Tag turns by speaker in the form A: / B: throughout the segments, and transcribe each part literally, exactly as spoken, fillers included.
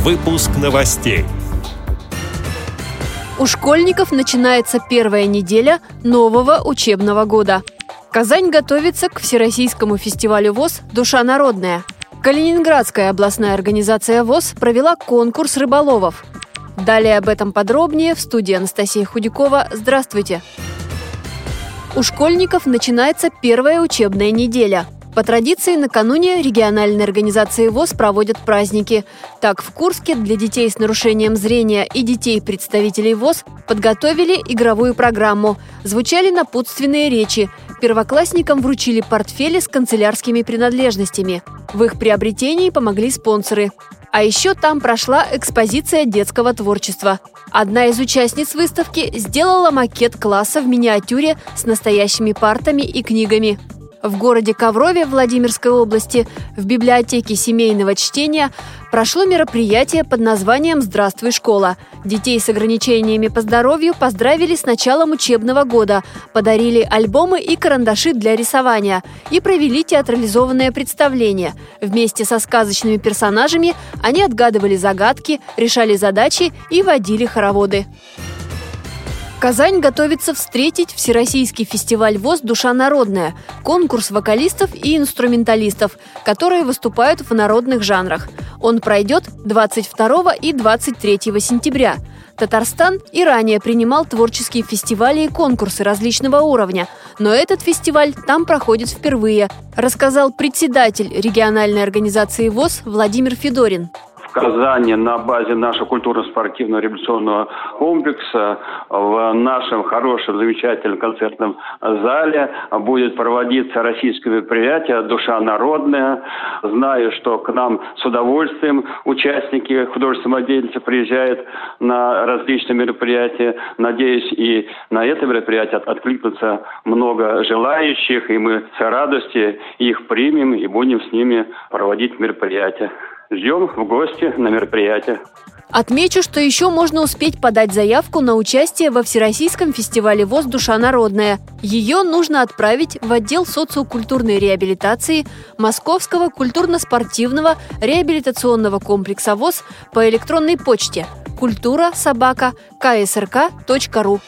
A: Выпуск новостей.
B: У школьников начинается первая неделя нового учебного года. Казань готовится к Всероссийскому фестивалю ВОС «Душа народная». Калининградская областная организация ВОС провела конкурс рыболовов. Далее об этом подробнее в студии Анастасия Худякова. Здравствуйте! У школьников начинается первая учебная неделя. По традиции, накануне региональные организации ВОС проводят праздники. Так, в Курске для детей с нарушением зрения и детей-представителей ВОС подготовили игровую программу. Звучали напутственные речи. Первоклассникам вручили портфели с канцелярскими принадлежностями. В их приобретении помогли спонсоры. А еще там прошла экспозиция детского творчества. Одна из участниц выставки сделала макет класса в миниатюре с настоящими партами и книгами. В городе Коврове Владимирской области в библиотеке семейного чтения прошло мероприятие под названием «Здравствуй, школа». Детей с ограничениями по здоровью поздравили с началом учебного года, подарили альбомы и карандаши для рисования и провели театрализованное представление. Вместе со сказочными персонажами они отгадывали загадки, решали задачи и водили хороводы. Казань готовится встретить Всероссийский фестиваль ВОС «Душа народная» – конкурс вокалистов и инструменталистов, которые выступают в народных жанрах. Он пройдет двадцать второго и двадцать третьего сентября. Татарстан и ранее принимал творческие фестивали и конкурсы различного уровня, но этот фестиваль там проходит впервые, рассказал председатель региональной организации ВОС Владимир Федорин.
C: В Казани на базе нашего культурно-спортивного революционного комплекса в нашем хорошем, замечательном концертном зале будет проводиться российское мероприятие «Душа народная». Знаю, что к нам с удовольствием участники художественной самодеятельности приезжают на различные мероприятия. Надеюсь, и на это мероприятие откликнутся много желающих, и мы с радостью их примем и будем с ними проводить мероприятия. Ждем в гости на мероприятие.
B: Отмечу, что еще можно успеть подать заявку на участие во Всероссийском фестивале ВОС «Душа народная». Ее нужно отправить в отдел социокультурной реабилитации Московского культурно-спортивного реабилитационного комплекса ВОС по электронной почте культура собака ка эс эр ка точка ру.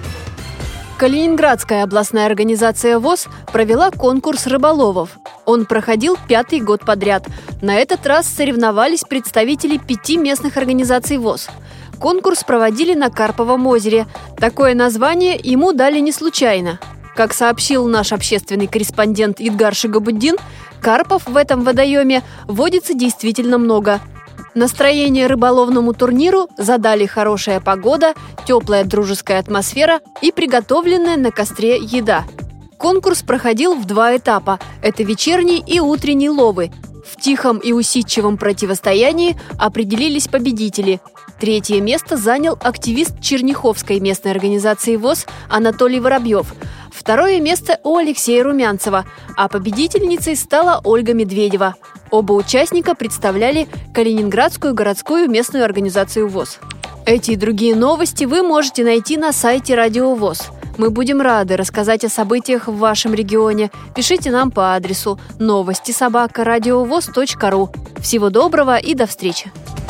B: Калининградская областная организация ВОС провела конкурс рыболовов. Он проходил пятый год подряд. На этот раз соревновались представители пяти местных организаций ВОС. Конкурс проводили на Карповом озере. Такое название ему дали не случайно. Как сообщил наш общественный корреспондент Идгар Шигабуддин, карпов в этом водоеме водится действительно много. Настроение рыболовному турниру задали хорошая погода, теплая дружеская атмосфера и приготовленная на костре еда. Конкурс проходил в два этапа – это вечерний и утренний ловы. В тихом и усидчивом противостоянии определились победители. Третье место занял активист Черняховской местной организации ВОС Анатолий Воробьев. Второе место у Алексея Румянцева, а победительницей стала Ольга Медведева. Оба участника представляли Калининградскую городскую местную организацию ВОС. Эти и другие новости вы можете найти на сайте Радио ВОС. Мы будем рады рассказать о событиях в вашем регионе. Пишите нам по адресу новости собака радиовос точка ру. Всего доброго и до встречи!